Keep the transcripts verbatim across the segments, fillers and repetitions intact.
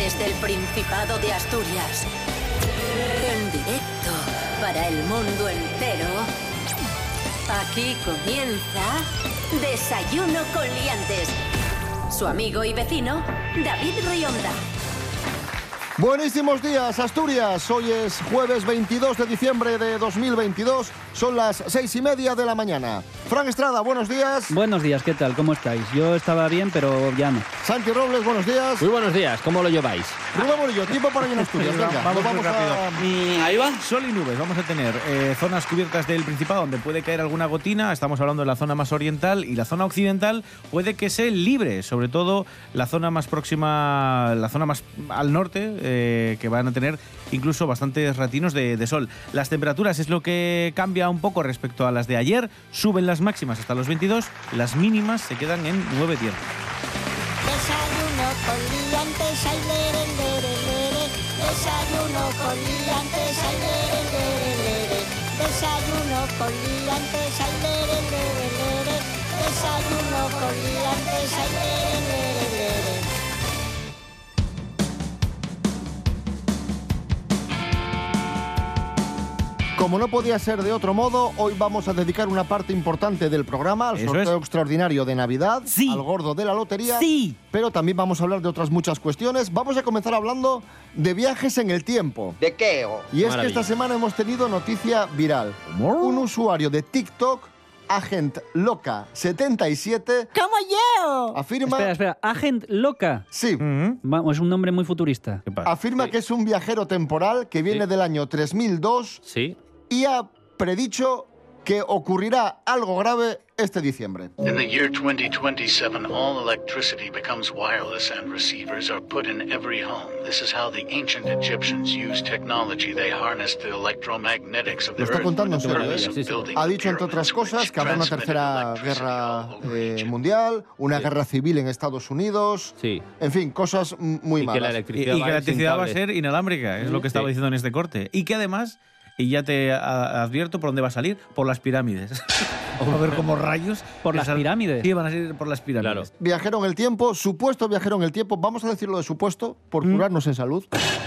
desde el Principado de Asturias. En directo para el mundo entero. Aquí comienza Desayuno con Liantes. Su amigo y vecino, David Rionda. Buenísimos días, Asturias. Hoy es jueves veintidós de diciembre de dos mil veintidós. Son las seis y media de la mañana. Fran Estrada, buenos días. Buenos días, ¿qué tal? ¿Cómo estáis? Yo estaba bien, pero ya no. Santi Robles, buenos días. Muy buenos días, ¿cómo lo lleváis? Rubén Morillo, tiempo para ir en Asturias. Venga, vamos, vamos muy rápido. a... Mm, ahí va. Sol y nubes. Vamos a tener eh, zonas cubiertas del Principado donde puede caer alguna gotina. Estamos hablando de la zona más oriental, y la zona occidental puede que sea libre, sobre todo la zona más próxima, la zona más al norte, eh, que van a tener incluso bastantes ratinos de, de sol. Las temperaturas es lo que cambia un poco respecto a las de ayer. Suben las máximas hasta los veintidós, las mínimas se quedan en nueve diez. Desayuno con liantes, ay, lere, lere, lere. Desayuno con liantes, ay, lere, lere, lere. Desayuno con liantes, ay, lere, lere, lere. Desayuno con liantes, ay, lere, lere, lere. Como no podía ser de otro modo, hoy vamos a dedicar una parte importante del programa al Eso sorteo es. extraordinario de Navidad, Sí. al gordo de la lotería, Sí. pero también vamos a hablar de otras muchas cuestiones. Vamos a comenzar hablando de viajes en el tiempo. ¿De qué? Oh? Y es Maravilla. que esta semana hemos tenido noticia viral. Un usuario de TikTok, Agent Loca setenta y siete, ¡Como yo! afirma... Espera, espera. Agent Loca. Sí, Mm, Vamos, es un nombre muy futurista. ¿Qué pasa? afirma que es un viajero temporal que viene Sí. del año tres mil dos Sí. y ha predicho que ocurrirá algo grave este diciembre. In the year twenty twenty-seven, all electricity becomes wireless and receivers are put in every home. This is how the ancient Egyptians used technology. They harnessed the electromagnetics of the Lo está earth contando for en the serio, purpose ¿eh? of Sí, sí. building Ha dicho, entre pyramids, otras cosas, which que habrá una transmitted tercera electricity guerra all over eh, Egypt. mundial, una Sí. guerra civil en Estados Unidos, Sí. en fin, cosas m- muy Y que la malas. Y, electricidad, y que va la sin electricidad va a cables. ser inalámbrica, es lo que estaba Sí. diciendo en este corte. Y que además, y ya te a- advierto por dónde va a salir, por las pirámides. Vamos a ver como rayos. ¿Por las Esa- pirámides? Sí, van a salir por las pirámides. Claro. Viajero en el tiempo, supuesto viajero en el tiempo, vamos a decirlo de supuesto, por Mm. curarnos en salud.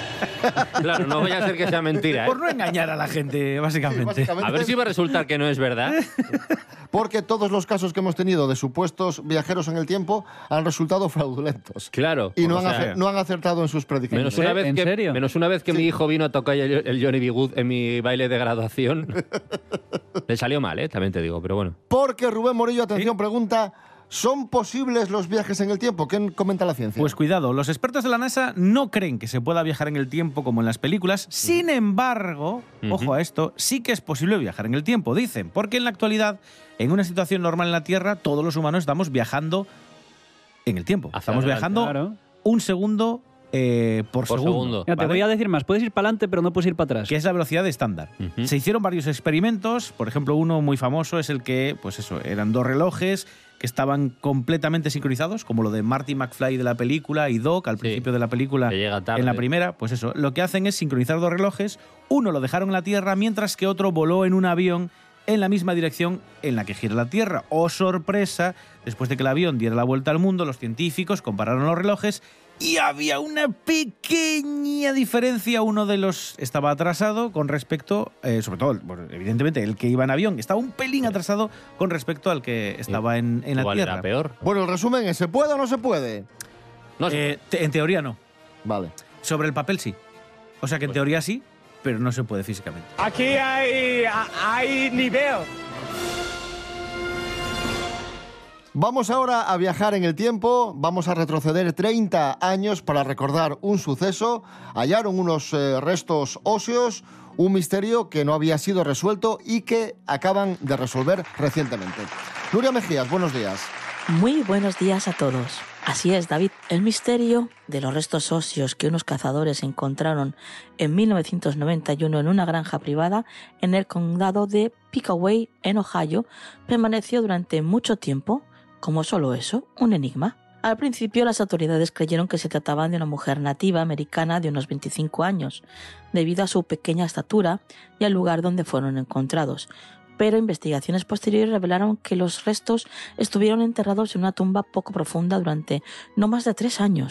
Claro, no vaya a ser que sea mentira, ¿eh? Por no engañar a la gente, básicamente. Básicamente, A ver si va a resultar que no es verdad. porque todos los casos que hemos tenido de supuestos viajeros en el tiempo han resultado fraudulentos. Claro. Y no o han, sea, acer- no han acertado en sus predicciones. Menos una vez ¿En que, serio? menos una vez que Sí. mi hijo vino a tocar el, el Johnny B. Good en mi baile de graduación. Le salió mal, ¿eh? También te digo, pero bueno. Porque Rubén Morillo, atención, pregunta, ¿son posibles los viajes en el tiempo? ¿Qué comenta la ciencia? Pues cuidado, los expertos de la NASA no creen que se pueda viajar en el tiempo como en las películas. Sin embargo, Ujú. ojo a esto, sí que es posible viajar en el tiempo, dicen, porque en la actualidad, en una situación normal en la Tierra, todos los humanos estamos viajando en el tiempo. Hacia Estamos adelante. viajando Claro. un segundo eh, por, Por segundo. segundo. Mira, te ¿vale? voy a decir más. Puedes ir para adelante, pero no puedes ir para atrás. Que es la velocidad estándar. Ujú. Se hicieron varios experimentos, por ejemplo, uno muy famoso es el que, pues eso, eran dos relojes que estaban completamente sincronizados, como lo de Marty McFly de la película y Doc al Sí, principio de la película. que llega tarde. En la primera, pues eso, lo que hacen es sincronizar dos relojes, uno lo dejaron en la Tierra, mientras que otro voló en un avión en la misma dirección en la que gira la Tierra. ¡Oh, sorpresa! Después de que el avión diera la vuelta al mundo, los científicos compararon los relojes y había una pequeña diferencia. Uno de los estaba atrasado con respecto, eh, sobre todo, bueno, evidentemente, el que iba en avión estaba un pelín atrasado con respecto al que estaba en, en la Igual Tierra. era peor. Bueno, el resumen es, ¿se puede o no se puede? No sé. Eh, te- en teoría no. Vale. Sobre el papel sí. O sea que en teoría sí, pero no se puede físicamente. Aquí hay, hay nivel. Vamos ahora a viajar en el tiempo, vamos a retroceder treinta años para recordar un suceso. Hallaron unos eh, restos óseos, un misterio que no había sido resuelto y que acaban de resolver recientemente. Nuria Mejías, buenos días. Muy buenos días a todos. Así es, David. El misterio de los restos óseos que unos cazadores encontraron en mil novecientos noventa y uno en una granja privada en el condado de Pickaway, en Ohio, permaneció durante mucho tiempo como solo eso, un enigma. Al principio las autoridades creyeron que se trataba de una mujer nativa americana de unos veinticinco años, debido a su pequeña estatura y al lugar donde fueron encontrados. Pero investigaciones posteriores revelaron que los restos estuvieron enterrados en una tumba poco profunda durante no más de tres años.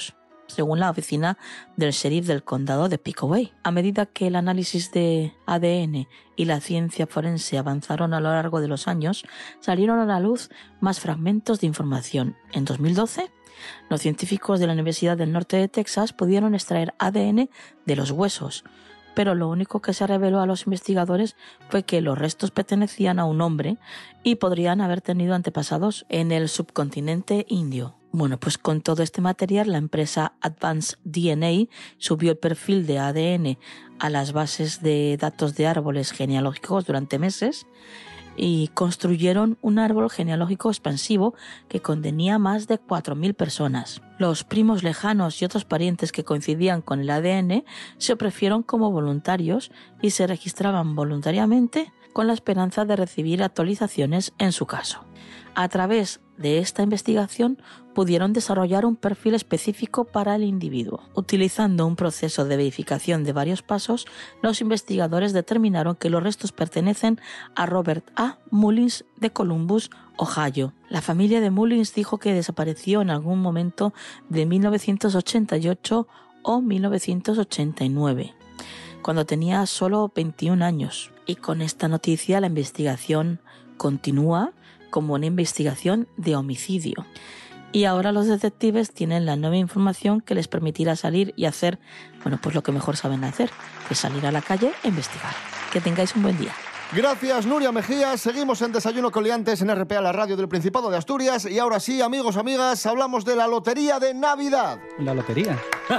según la oficina del sheriff del condado de Pickaway. A medida que el análisis de A D N y la ciencia forense avanzaron a lo largo de los años, salieron a la luz más fragmentos de información. En dos mil doce, los científicos de la Universidad del Norte de Texas pudieron extraer A D N de los huesos, pero lo único que se reveló a los investigadores fue que los restos pertenecían a un hombre y podrían haber tenido antepasados en el subcontinente indio. Bueno, pues con todo este material, la empresa Advanced D N A subió el perfil de A D N a las bases de datos de árboles genealógicos durante meses y construyeron un árbol genealógico expansivo que contenía más de cuatro mil personas. Los primos lejanos y otros parientes que coincidían con el A D N se ofrecieron como voluntarios y se registraban voluntariamente con la esperanza de recibir actualizaciones en su caso. A través de esta investigación pudieron desarrollar un perfil específico para el individuo. Utilizando un proceso de verificación de varios pasos, los investigadores determinaron que los restos pertenecen a Robert A. Mullins de Columbus, Ohio. La familia de Mullins dijo que desapareció en algún momento de mil novecientos ochenta y ocho o mil novecientos ochenta y nueve, cuando tenía solo veintiún años. Y con esta noticia la investigación continúa como una investigación de homicidio. Y ahora los detectives tienen la nueva información que les permitirá salir y hacer, bueno, pues lo que mejor saben hacer, que es salir a la calle e investigar. Que tengáis un buen día. Gracias, Nuria Mejías. Seguimos en Desayuno con Liantes en R P A, la radio del Principado de Asturias. Y ahora sí, amigos, amigas, hablamos de la Lotería de Navidad. La lotería.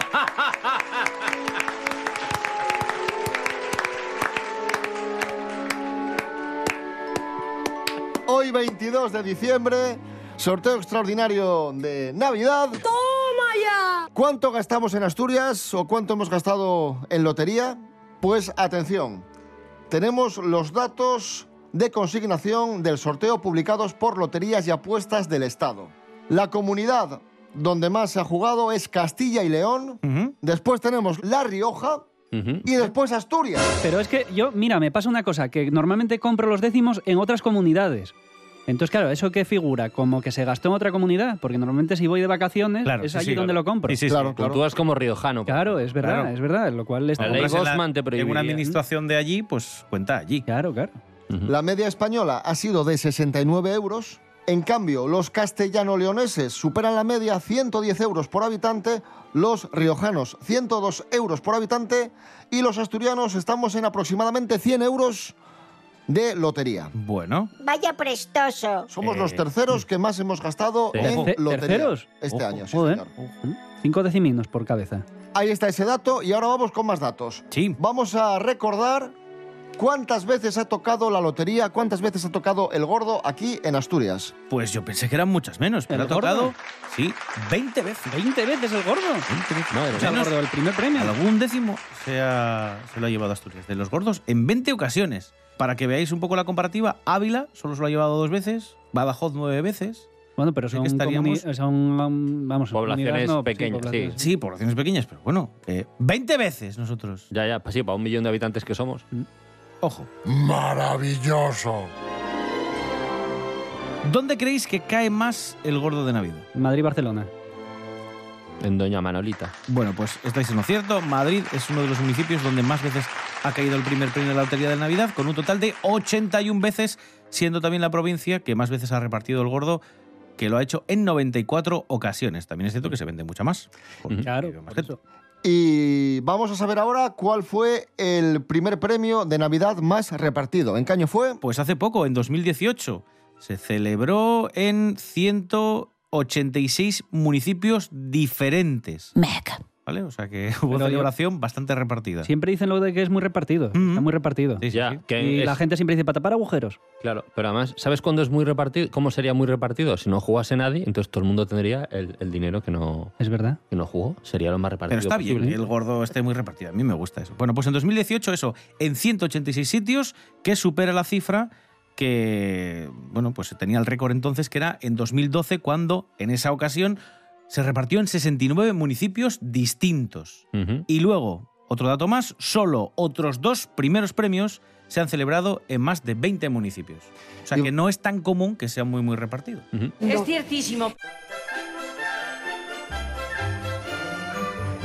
Hoy, veintidós de diciembre, sorteo extraordinario de Navidad. ¡Toma ya! ¿Cuánto gastamos en Asturias o cuánto hemos gastado en lotería? Pues atención, tenemos los datos de consignación del sorteo publicados por Loterías y Apuestas del Estado. La comunidad donde más se ha jugado es Castilla y León, uh-huh. Después tenemos La Rioja, uh-huh. Y después Asturias. Pero es que yo, mira, me pasa una cosa, que normalmente compro los décimos en otras comunidades. Entonces, claro, ¿eso qué figura? ¿Como que se gastó en otra comunidad? Porque normalmente si voy de vacaciones, claro, es sí, allí sí, donde claro. lo compro. Sí, sí, claro, sí. claro. Tú vas como riojano. Claro, es verdad, Claro. es verdad. Lo cual está... La ley Compras en Bosman te en prohibiría. una administración de allí, pues cuenta allí. Claro, claro. Uh-huh. La media española ha sido de sesenta y nueve euros. En cambio, los castellano-leoneses superan la media, ciento diez euros por habitante, los riojanos ciento dos euros por habitante y los asturianos estamos en aproximadamente cien euros de lotería. Bueno. Vaya prestoso. Somos Eh, los terceros que más hemos gastado Sí. en Terce- lotería ¿terceros? este Ojo, año. Sí, Joder. señor. Cinco deciminos por cabeza. Ahí está ese dato y ahora vamos con más datos. Sí. Vamos a recordar cuántas veces ha tocado la lotería, cuántas veces ha tocado el gordo aquí en Asturias. Pues yo pensé que eran muchas menos, pero ¿El ha tocado, gordo? sí, veinte veces. ¿veinte veces el gordo? veinte veces. Madre O sea, el Menos, gordo, el primer premio. algún décimo se, ha, se lo ha llevado Asturias. De los gordos, en veinte ocasiones. Para que veáis un poco la comparativa, Ávila solo se lo ha llevado dos veces, Badajoz nueve veces. Bueno, pero Sí son, que estaríamos- comuni- son um, vamos, Poblaciones comunidades no, pequeñas, sí. poblaciones. Sí, poblaciones pequeñas, pero bueno, eh, veinte veces nosotros. Ya, ya, pues sí, para un millón de habitantes que somos. Ojo. Maravilloso. ¿Dónde creéis que cae más el gordo de Navidad? Madrid-Barcelona. En Doña Manolita. Bueno, pues estáis en lo cierto. Madrid es uno de los municipios donde más veces ha caído el primer premio de la Lotería de Navidad, con un total de ochenta y una veces, siendo también la provincia que más veces ha repartido el gordo, que lo ha hecho en noventa y cuatro ocasiones. También es cierto que se vende mucha más. porque Claro, vive más por gente. eso. Y vamos a saber ahora cuál fue el primer premio de Navidad más repartido. ¿En qué año fue? Pues hace poco, en dos mil dieciocho, se celebró en ciento ochenta y seis municipios diferentes. Mec. ¿Vale? O sea que hubo Pero yo- celebración bastante repartida. Siempre dicen lo de que es muy repartido. Mm. Está muy repartido. Sí, sí, Ya, sí. que Y es- la gente siempre dice para tapar agujeros. Claro, pero además, ¿sabes cuándo es muy repartido? ¿Cómo sería muy repartido? Si no jugase nadie, entonces todo el mundo tendría el, el dinero que no, Es verdad. que no jugó. Sería lo más repartido Pero está bien posible. que el gordo esté muy repartido. A mí me gusta eso. Bueno, pues en dos mil dieciocho eso, en ciento ochenta y seis sitios, que supera la cifra que, bueno, pues tenía el récord entonces, que era en dos mil doce, cuando en esa ocasión se repartió en sesenta y nueve municipios distintos. Ujú. Y luego, otro dato más, solo otros dos primeros premios se han celebrado en más de veinte municipios. O sea Y- que no es tan común que sea muy, muy repartido. Ujú. Es ciertísimo.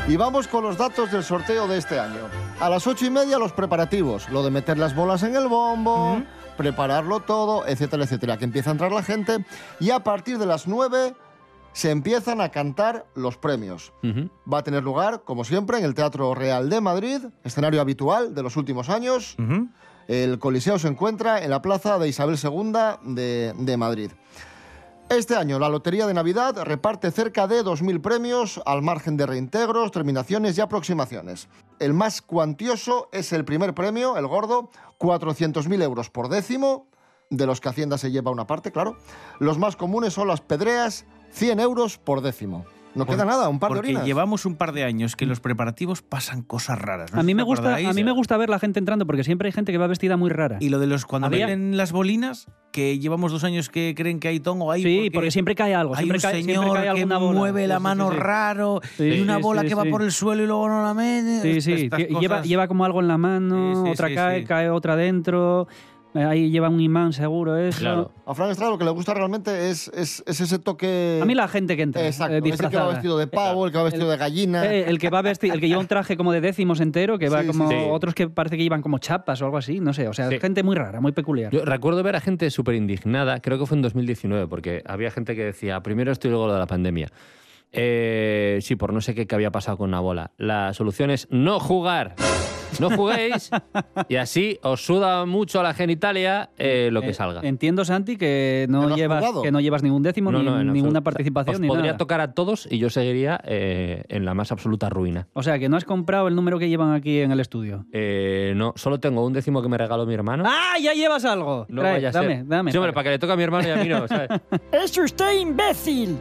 Y vamos con los datos del sorteo de este año. A las ocho y media los preparativos, lo de meter las bolas en el bombo, uh-huh. prepararlo todo, etcétera, etcétera, que empieza a entrar la gente y a partir de las nueve se empiezan a cantar los premios. Uh-huh. Va a tener lugar, como siempre, en el Teatro Real de Madrid, escenario habitual de los últimos años. Uh-huh. El Coliseo se encuentra en la plaza de Isabel segunda de, de Madrid. Este año la Lotería de Navidad reparte cerca de dos mil premios al margen de reintegros, terminaciones y aproximaciones. El más cuantioso es el primer premio, el gordo, cuatrocientos mil euros por décimo, de los que Hacienda se lleva una parte, claro. Los más comunes son las pedreas, cien euros por décimo. No Por, queda nada, un par de porque orinas. Porque llevamos un par de años que en los preparativos pasan cosas raras. ¿No? A mí me ¿Os gusta, acordáis? a mí me gusta ver la gente entrando porque siempre hay gente que va vestida muy rara. Y lo de los cuando Había- ven las bolinas, que llevamos dos años que creen que hay tongo ahí. Sí, porque, porque siempre cae algo. hay Siempre un cae, siempre señor cae que alguna bola. mueve la Sí, sí, mano sí. raro Sí, y una sí, bola sí, que va sí. por el suelo y luego no la mete. Sí, sí, Estas tie- cosas- lleva, lleva como algo en la mano, Sí, sí, otra sí, cae, sí. cae otra dentro. eh, Ahí lleva un imán seguro eso. Claro. A Fran Estrada lo que le gusta realmente es, es, es ese toque... A mí la gente que entra Exacto, eh, ese que va disfrazada. vestido de pavo, el que va vestido el- de gallina... Eh, el que va vesti- el que lleva un traje como de décimos entero, que va Sí, como sí, sí. otros que parece que llevan como chapas o algo así, no sé, o sea, Sí. gente muy rara, muy peculiar. Yo recuerdo ver a gente súper indignada, creo que fue en dos mil diecinueve, porque había gente que decía, primero esto y luego lo de la pandemia. Eh, sí, por no sé qué, qué había pasado con una bola. La solución es no jugar. No juguéis y así os suda mucho la genitalia eh, lo que Eh, salga. Entiendo, Santi, que ¿Que no, no has llevas, jugado? que no llevas ningún décimo No, ni no, en ninguna absoluto. participación Os ni podría nada. tocar a todos y yo seguiría eh, en la más absoluta ruina. O sea, que no has comprado el número que llevan aquí en el estudio. Eh, no, solo tengo un décimo que me regaló mi hermano. ¡Ah, ya llevas algo! No Trae, vaya a dame, ser. dame. Sí, hombre, trae. para que le toque a mi hermano y a mí no, ¿sabes? ¡Es usted imbécil!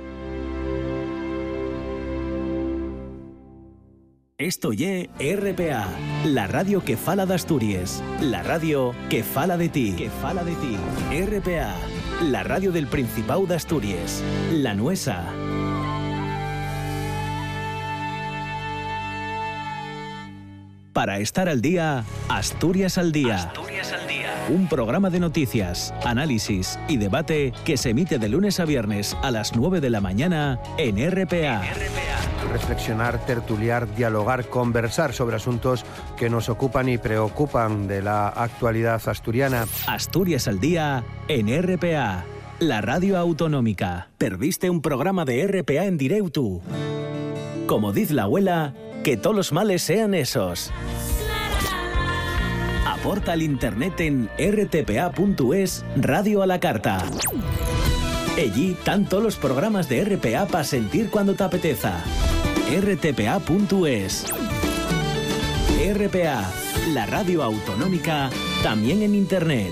Esto ye R P A, la radio que fala de Asturias, la radio que fala de ti, que fala de ti. R P A, la radio del Principado de Asturias, la nuesa. Para estar al día, Asturias al día. Asturias al día. Un programa de noticias, análisis y debate que se emite de lunes a viernes a las nueve de la mañana en R P A. Reflexionar, tertuliar, dialogar, conversar sobre asuntos que nos ocupan y preocupan de la actualidad asturiana. Asturias al día en R P A, la radio autonómica. Perdiste un programa de R P A en directo. Como dice la abuela, que todos los males sean esos. Aporta al internet en r t p a punto es, radio a la carta. Allí están todos los programas de R P A para sentir cuando te apeteza. r t p a punto es. R P A, la radio autonómica, también en internet.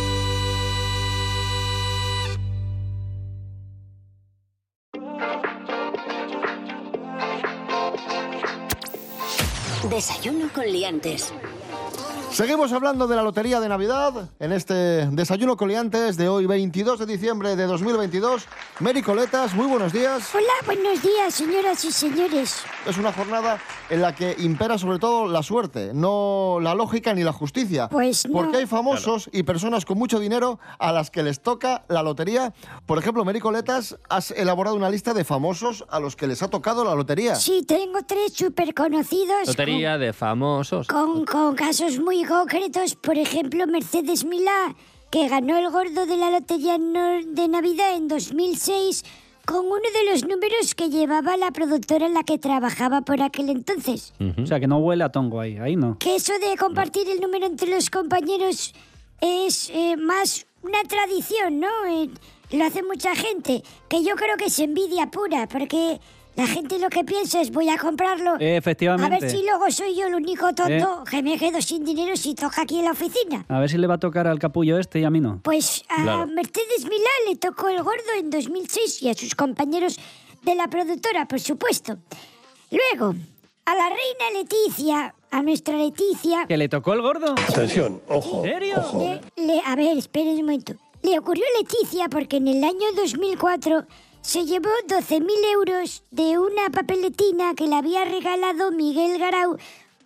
Desayuno con liantes. Seguimos hablando de la Lotería de Navidad en este Desayuno con Liantes de hoy, veintidós de diciembre de dos mil veintidós. Mary Coletas, muy buenos días. Hola, buenos días, señoras y señores. Es una jornada en la que impera sobre todo la suerte, no la lógica ni la justicia. Pues no. Porque hay famosos y personas con mucho dinero a las que les toca la lotería. Por ejemplo, Mary Coletas, has elaborado una lista de famosos a los que les ha tocado la lotería. Sí, tengo tres súper conocidos. Lotería de famosos. Con, con casos muy concretos, por ejemplo, Mercedes Milá, que ganó el gordo de la Lotería no- de Navidad en dos mil seis con uno de los números que llevaba la productora en la que trabajaba por aquel entonces. O sea, que no huele a tongo ahí, ahí no. Que eso de compartir el número entre los compañeros es eh, más una tradición, ¿no? Eh, lo hace mucha gente, que yo creo que es envidia pura, porque la gente lo que piensa es voy a comprarlo. Eh, efectivamente. A ver si luego soy yo el único tonto que me quedo sin dinero si toca aquí en la oficina. A ver si le va a tocar al capullo este y a mí no. Pues a Claro. Mercedes Milá le tocó el gordo en dos mil seis y a sus compañeros de la productora, por supuesto. Luego, a la reina Leticia, a nuestra Leticia... ¿Que le tocó el gordo? Atención, ojo. ¿En serio? Le- le- a ver, esperen un momento. Le ocurrió a Leticia porque en el año dos mil cuatro se llevó doce mil euros de una papeletina que le había regalado Miguel Garau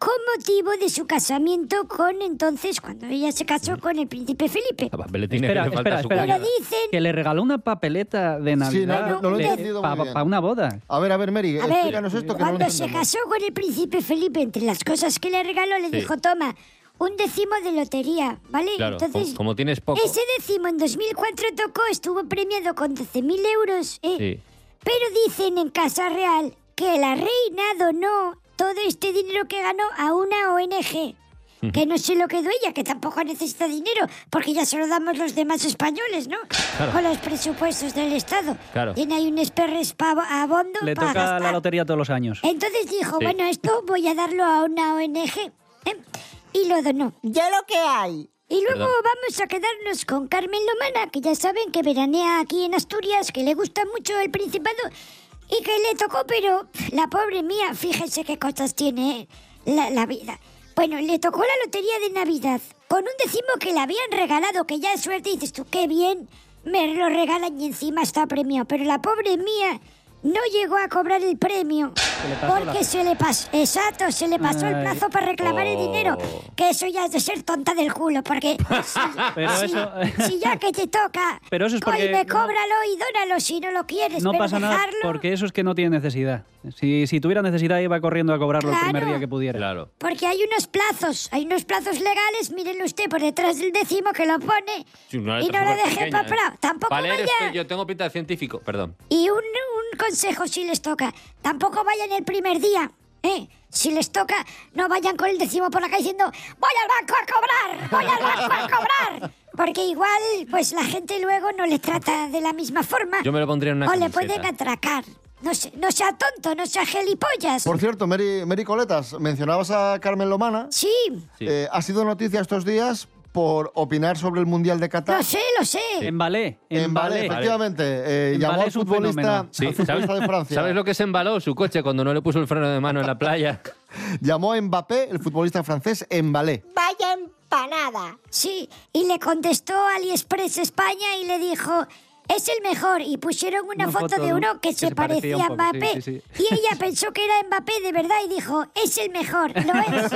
con motivo de su casamiento con entonces, cuando ella se casó con el príncipe Felipe. La papeletina Espera, que le falta espera, a su espera. cuñada. Pero dicen... Que le regaló una papeleta de Navidad Sí, no, no, no lo he entendido muy bien. para una boda. A ver, a ver, Mary, A ver, explícanos esto que no lo cuando se entendemos. casó con el príncipe Felipe, entre las cosas que le regaló, le Sí. dijo, toma, un décimo de lotería, ¿vale? Claro, Entonces, como, como tienes poco. ese décimo en dos mil cuatro tocó, estuvo premiado con doce mil euros, ¿eh? Sí. Pero dicen en Casa Real que la reina donó todo este dinero que ganó a una O N G. Que no se lo quedó ella, que tampoco necesita dinero, porque ya se lo damos los demás españoles, ¿no? Claro. Con los presupuestos del Estado. Claro. Tiene ahí un esperres pa abondo Le para toca gastar. la lotería todos los años. Entonces dijo, Sí. bueno, esto voy a darlo a una O N G. ¿eh? Y lo donó. Ya lo que hay. Y luego Perdón. vamos a quedarnos con Carmen Lomana, que ya saben que veranea aquí en Asturias, que le gusta mucho el Principado y que le tocó, pero la pobre mía, fíjense qué cosas tiene ¿eh? la, la vida. Bueno, le tocó la lotería de Navidad con un décimo que le habían regalado, que ya es suerte, y dices tú, qué bien, me lo regalan y encima está premiado. Pero la pobre mía no llegó a cobrar el premio le pasó porque la- se le pasó, exacto, se le pasó el Ay. plazo para reclamar el Oh. dinero. Que eso ya es de ser tonta del culo, porque si, Pero si- eso- si ya que te toca, Pero eso es porque coime, no- cóbralo y dónalo si no lo quieres, No pero pasa nada dejarlo, porque eso es que no tiene necesidad. Si, si tuviera necesidad iba corriendo a cobrarlo el primer Claro. día que pudiera. Claro. porque hay unos plazos, hay unos plazos legales, mírenlo usted por detrás del décimo que lo pone Sí, una y letra no lo súper deje pequeña, para ¿eh? tampoco Para leer vaya. esto yo tengo pinta de científico, perdón. Y un, un consejo si les toca, tampoco vayan el primer día, ¿eh? Si les toca, no vayan con el décimo por la calle diciendo voy al banco a cobrar, voy al banco a cobrar. Porque igual, pues la gente luego no le trata de la misma forma. Yo me lo pondría en una O le camiseta. pueden atracar. No, sé, no sea tonto, no sea gelipollas. Por cierto, Mary, Mary Coletas, mencionabas a Carmen Lomana. Sí, Sí. Eh, ha sido noticia estos días por opinar sobre el Mundial de Qatar. lo sé, lo sé. En ballet, en, En ballet, ballet. efectivamente. Eh, En llamó ballet al es un futbolista, fenómeno. Sí, al futbolista de Francia. ¿Sabes lo que se embaló su coche cuando no le puso el freno de mano en la playa? Llamó a Mbappé, el futbolista francés, en ballet. Vaya empanada. Sí, y le contestó AliExpress España y le dijo, es el mejor. Y pusieron una, Una foto, foto de de un- uno que, que se, se parecía parecía a un poco, Mbappé. sí, sí, Y ella pensó que era Mbappé de verdad y dijo, es el mejor, lo es.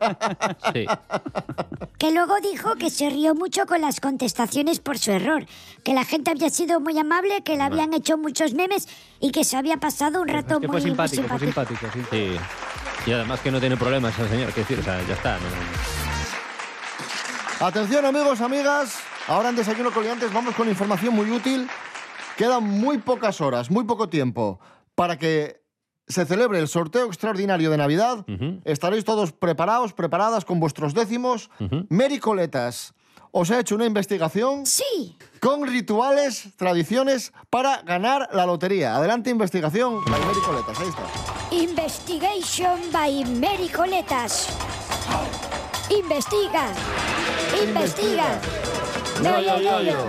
Sí. Que luego dijo que se rió mucho con las contestaciones por su error. Que la gente había sido muy amable, que le habían hecho muchos memes y que se había pasado un rato Es que muy, fue muy simpático, fue simpático. simpático, sí. Sí. Y además que no tiene problemas el señor, que decir, o sea, ya está. no- Atención, amigos, amigas. Ahora en Desayuno con Liantes vamos con información muy útil. Quedan muy pocas horas, muy poco tiempo para que se celebre el sorteo extraordinario de Navidad. Ujú. Estaréis todos preparados, preparadas con vuestros décimos. Ujú. Mary Coletas os ha hecho una investigación Sí, con rituales, tradiciones para ganar la lotería. Adelante, investigación. by Mary Coletas, ahí está. Investigation by Mary Coletas. Investiga. Investiga. Yo, yo, yo, yo.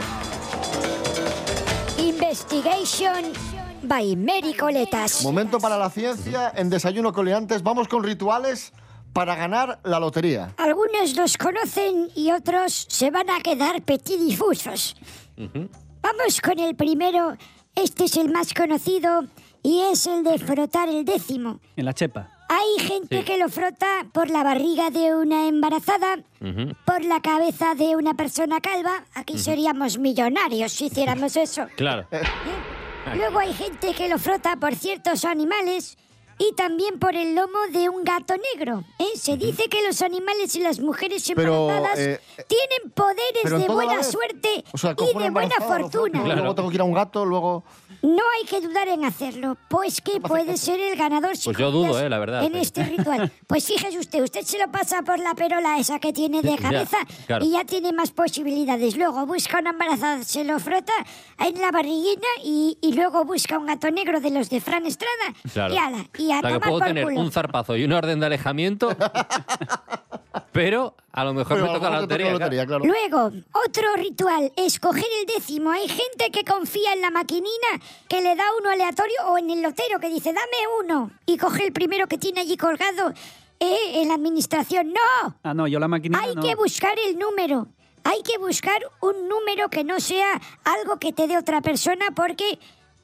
Investigation by Mary Coletas. Momento para la ciencia en Desayuno con Liantes. Vamos con rituales para ganar la lotería. Algunos los conocen y otros se van a quedar petidifusos. Vamos con el primero. Este es el más conocido y es el de frotar el décimo. En la chepa. Hay gente Sí. que lo frota por la barriga de una embarazada, Ujú. por la cabeza de una persona calva. Aquí seríamos millonarios si hiciéramos eso. Claro. Luego hay gente que lo frota por ciertos animales y también por el lomo de un gato negro. ¿eh? Se dice que los animales y las mujeres Pero, embarazadas eh, tienen poderes pero en de toda la buena vez. suerte O sea, cojo y una de buena embarazada, lo froto, fortuna. y Luego tengo que ir a un gato, luego... No hay que dudar en hacerlo, pues que puede ser el ganador si Pues yo dudo, confías eh, la verdad, en pero- este ritual. Pues fíjese usted, usted se lo pasa por la perola esa que tiene de Ya, cabeza claro. y ya tiene más posibilidades. Luego busca una embarazada, se lo frota en la barriguina y, y luego busca un gato negro de los de Fran Estrada Claro. y ala, y a O sea, que tomar puedo por tener culo. un zarpazo y una orden de alejamiento, pero a lo mejor Pero me toca a lo la mejor te lotería. toca la lotería, claro. Luego, otro ritual, escoger el décimo. Hay gente que confía en la maquinina, que le da uno aleatorio, o en el lotero que dice, dame uno, y coge el primero que tiene allí colgado eh, en la administración. ¡No! Ah, no, yo la maquinita Hay no. que buscar el número. Hay que buscar un número que no sea algo que te dé otra persona, porque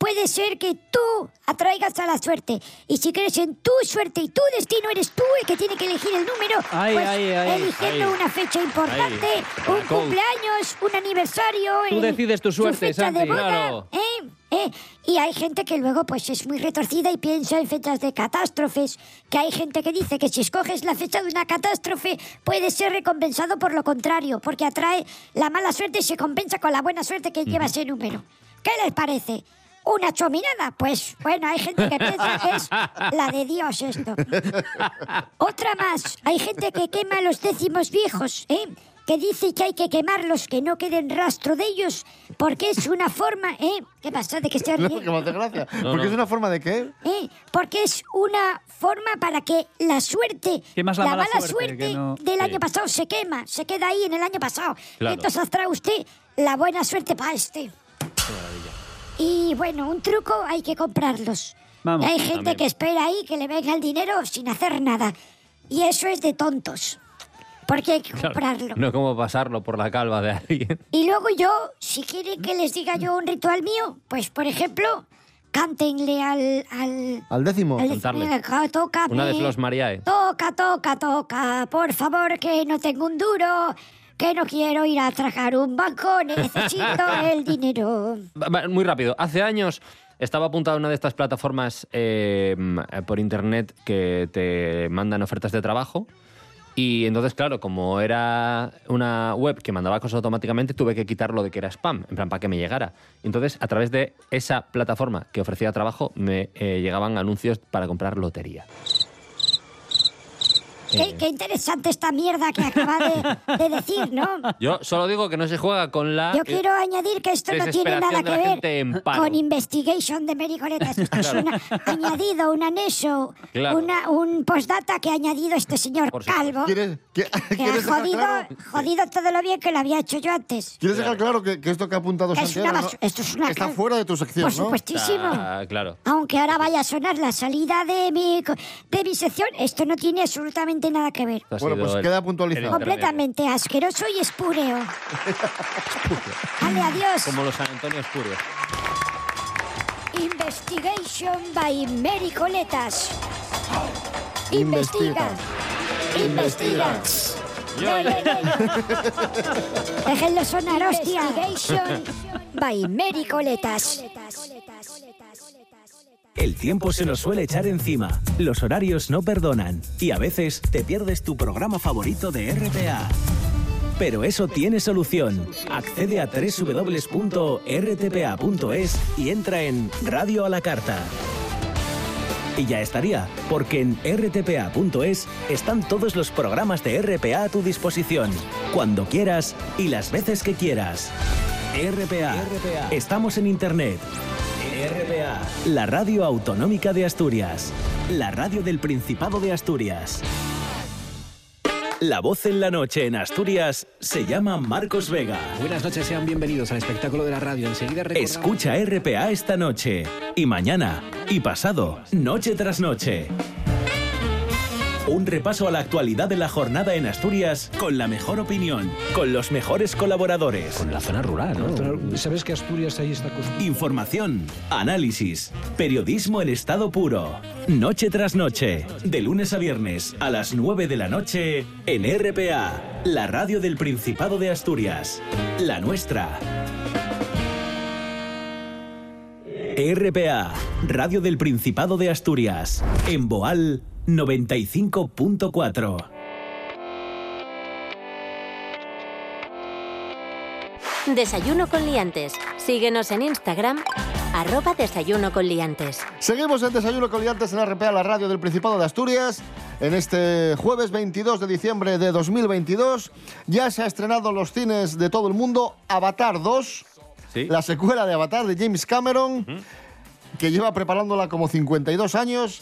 puede ser que tú atraigas a la suerte. Y si crees en tu suerte y tu destino, eres tú el que tiene que elegir el número, Ay, pues ay, ay, eligiendo ay. una fecha importante, Ay. un cumpleaños, un aniversario. Tú el- decides tu suerte, fecha de Santi. boda, Claro. ¿eh? ¿eh? Y hay gente que luego pues es muy retorcida y piensa en fechas de catástrofes, que hay gente que dice que si escoges la fecha de una catástrofe puedes ser recompensado por lo contrario, porque atrae la mala suerte y se compensa con la buena suerte que lleva ese número. ¿Qué les parece? ¿Una chominada? Pues bueno, hay gente que piensa que es la de Dios esto. Otra más, hay gente que quema los décimos viejos, ¿eh? Que dice que hay que quemarlos, que no queden rastro de ellos, porque es una forma, ¿eh? ¿Qué pasa? ¿De que se No, ríe? que me hace gracia. No, Porque no. es una forma de qué. ¿Eh? Porque es una forma para que la suerte, Quemas la la mala mala suerte, suerte, que no- del Sí. año pasado se quema, se queda ahí en el año pasado. Claro. Y entonces atrae usted la buena suerte para este. Y bueno, un truco, hay que comprarlos. Vamos. Y hay gente También. que espera ahí que le venga el dinero sin hacer nada. Y eso es de tontos. Porque hay que Claro, comprarlo. no como pasarlo por la calva de alguien. Y luego yo, si quieren que les diga yo un ritual mío, pues por ejemplo, cántenle al... al Al décimo. al Cantarle. venga, tócame. Una de Flos Mariae. Toca, toca, toca. Por favor, que no tengo un duro. Que no quiero ir a tragar un banco. Necesito el dinero. Va- va, Muy rápido. Hace años estaba apuntado a una de estas plataformas eh, por internet que te mandan ofertas de trabajo. Y entonces, claro, como era una web que mandaba cosas automáticamente, tuve que quitarlo de que era spam, en plan, para que me llegara. Entonces, a través de esa plataforma que ofrecía trabajo, me eh, llegaban anuncios para comprar lotería. Qué, qué interesante esta mierda que acaba de, de decir, ¿no? Yo solo digo que no se juega con la... Yo quiero añadir que esto no tiene nada desesperación que de la ver gente en paro. con investigation de Mericoletas. Esto es un añadido, un anexo, Claro. una, un postdata que ha añadido este señor Calvo. ¿Quieres, qui- Que ha ¿quieres dejar jodido, claro, jodido todo lo bien que lo había hecho yo antes. ¿quieres dejar claro que, que esto que ha apuntado Es Santiago una no- basu- esto es una está cal- fuera de tu sección, Por ¿no? supuestísimo. Ah, claro. Aunque ahora vaya a sonar la salida de mi, co- de mi sección, esto no tiene absolutamente nada que ver. Esto ha Bueno, sido pues el- queda puntualizado. el internet. Completamente asqueroso y espúreo. Vale, adiós. Como los San Antonio Espurios. Investigation by Mericoletas. Investiga. Investiga. Investiga. No, no, no. Déjenlo sonar, hostia. Investigation by Mericoletas. El tiempo se nos suele echar encima, los horarios no perdonan y a veces te pierdes tu programa favorito de R P A. Pero eso tiene solución. Accede a doble u doble u doble u punto r t p a punto es y entra en Radio a la Carta. Y ya estaría, porque en r t p a punto es están todos los programas de R P A a tu disposición, cuando quieras y las veces que quieras. R P A. Estamos en Internet. R P A, la radio autonómica de Asturias. La radio del Principado de Asturias. La voz en la noche en Asturias se llama Marcos Vega. Buenas noches, sean bienvenidos al espectáculo de la radio. Enseguida recordamos... Escucha R P A esta noche, y mañana, y pasado, noche tras noche. Un repaso a la actualidad de la jornada en Asturias con la mejor opinión, con los mejores colaboradores. Con la zona rural, ¿no? ¿Sabes que Asturias ahí está acostumbrado? Información, análisis, periodismo en estado puro. Noche tras noche, de lunes a viernes a las nueve de la noche en R P A, la radio del Principado de Asturias. La nuestra. R P A, radio del Principado de Asturias. En Boal, noventa y cinco punto cuatro. Desayuno con liantes. Síguenos en Instagram, arroba desayuno con liantes. Seguimos en Desayuno con Liantes en R P A, la radio del Principado de Asturias. En este jueves veintidós de diciembre de dos mil veintidós ya se ha estrenado en los cines de todo el mundo Avatar dos, ¿Sí? la secuela de Avatar de James Cameron, que lleva preparándola como cincuenta y dos años. Sí.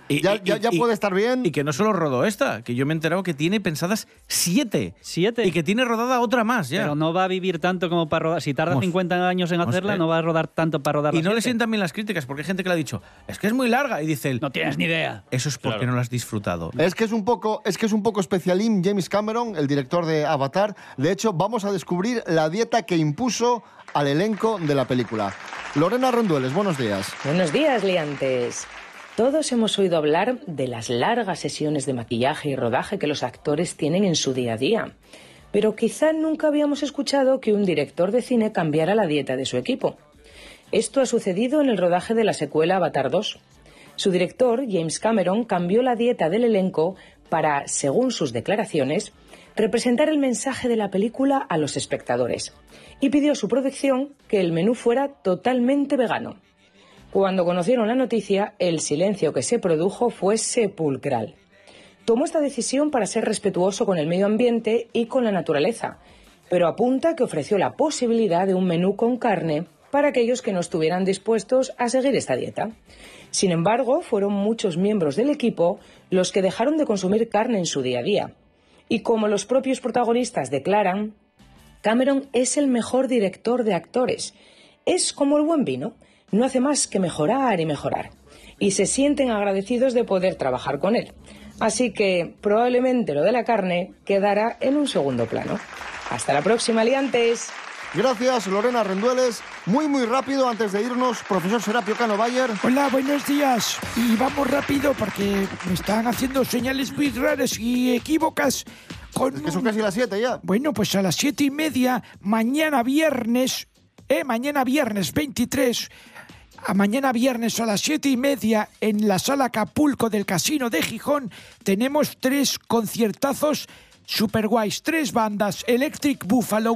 Y, ya y- ya, ya y- puede estar bien. Y que no solo rodó esta, que yo me he enterado que tiene pensadas siete. ¿Siete? Y que tiene rodada otra más ya. Pero no va a vivir tanto como para rodar. Si tarda Mos- cincuenta años en hacerla, sé. no va a rodar tanto para rodar Y las no le siete. sientan bien las críticas, porque hay gente que le ha dicho, es que es muy larga. Y dice él, No tienes ni idea. eso es porque Claro. no lo has disfrutado. Es que es un poco, es que es un poco especialín James Cameron, el director de Avatar. De hecho, vamos a descubrir la dieta que impuso al elenco de la película. Lorena Rendueles, buenos días. Buenos días, liantes. Todos hemos oído hablar de las largas sesiones de maquillaje y rodaje que los actores tienen en su día a día. Pero quizá nunca habíamos escuchado que un director de cine cambiara la dieta de su equipo. Esto ha sucedido en el rodaje de la secuela Avatar dos. Su director, James Cameron, cambió la dieta del elenco para, según sus declaraciones, representar el mensaje de la película a los espectadores y pidió a su producción que el menú fuera totalmente vegano. Cuando conocieron la noticia, el silencio que se produjo fue sepulcral. Tomó esta decisión para ser respetuoso con el medio ambiente y con la naturaleza, pero apunta que ofreció la posibilidad de un menú con carne para aquellos que no estuvieran dispuestos a seguir esta dieta. Sin embargo, fueron muchos miembros del equipo los que dejaron de consumir carne en su día a día. Y como los propios protagonistas declaran, Cameron es el mejor director de actores. Es como el buen vino, no hace más que mejorar y mejorar. Y se sienten agradecidos de poder trabajar con él. Así que probablemente lo de la carne quedará en un segundo plano. Hasta la próxima, liantes. Gracias, Lorena Rendueles. Muy, muy rápido, antes de irnos, profesor Serapio Cano Bayer. Hola, buenos días. Y vamos rápido porque me están haciendo señales muy raras y equívocas. Con Es que son casi las siete ya. Bueno, pues a las siete y media, mañana viernes, eh, mañana viernes veintitrés, a mañana viernes a las siete y media en la Sala Acapulco del Casino de Gijón tenemos tres conciertazos super guays, tres bandas, Electric Buffalo,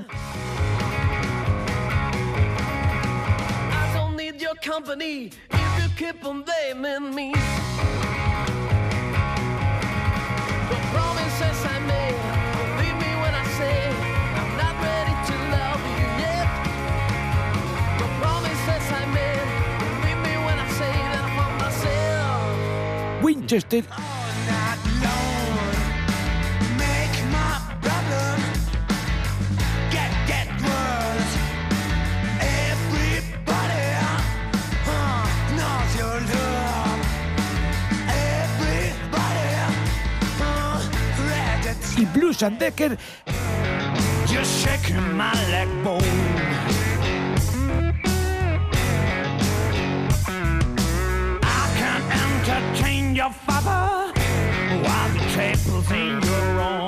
I don't need your company if you keep on blaming me. The promises I made, believe me when I say I'm not ready to love you yet. The promises I made, believe me when I say that I'm on myself. Winchester. Y Blues and Decker. Just shaking my leg bone. I can't entertain your father while the table's in your own.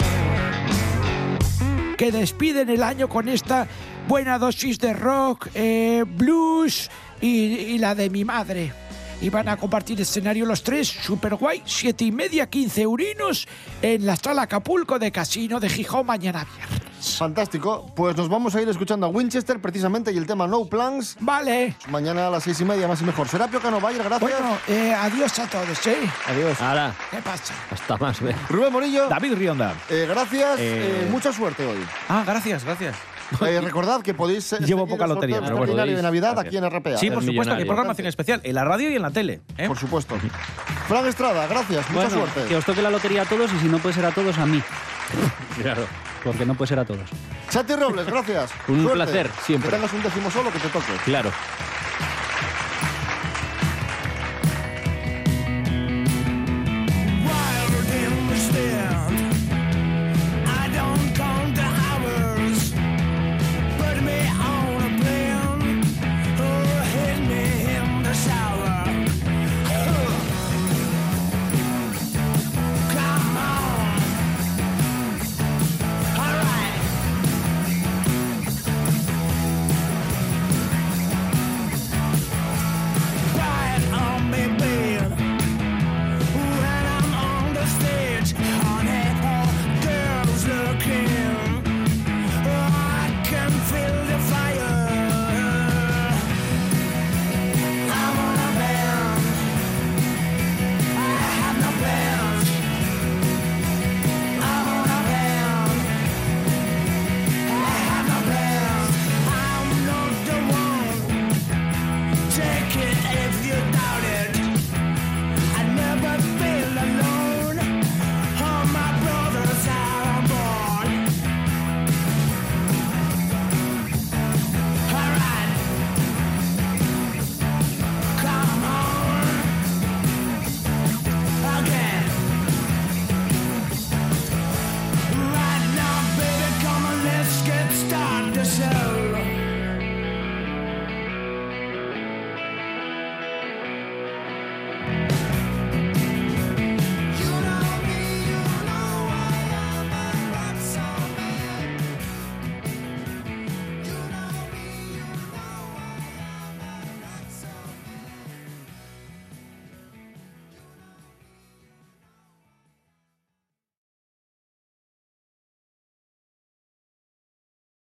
Que despiden el año con esta buena dosis de rock, eh, blues y, y la de mi madre. Y van a compartir escenario los tres, super guay, siete y media, quince eurinos, en la Sala Acapulco de Casino de Gijón mañana viernes. Fantástico. Pues nos vamos a ir escuchando a Winchester precisamente y el tema No Plans. Vale. Mañana a las seis y media, más y mejor. Serapio Cano Bayer, gracias. Bueno, eh, adiós a todos, ¿eh? Adiós. Hala. ¿Qué pasa? Hasta más ver. Rubén Morillo. David Rionda. Eh, gracias. Eh, eh, mucha suerte hoy. Ah, gracias, gracias. Eh, recordad que podéis... eh, Llevo seguir poca el lotería, sorteo pero bueno. extraordinario de Navidad Gracias. aquí en R P A. Sí, por Es supuesto, que hay millonario. programación especial en la radio y en la tele. ¿eh? Por supuesto. Fran Estrada, gracias. Mucha Bueno, suerte. que os toque la lotería a todos y si no puede ser a todos, a mí. Claro. Porque no puede ser a todos. Chati Robles, gracias. Un Suerte. placer, siempre. Que tengas un décimo solo que te toque. Claro.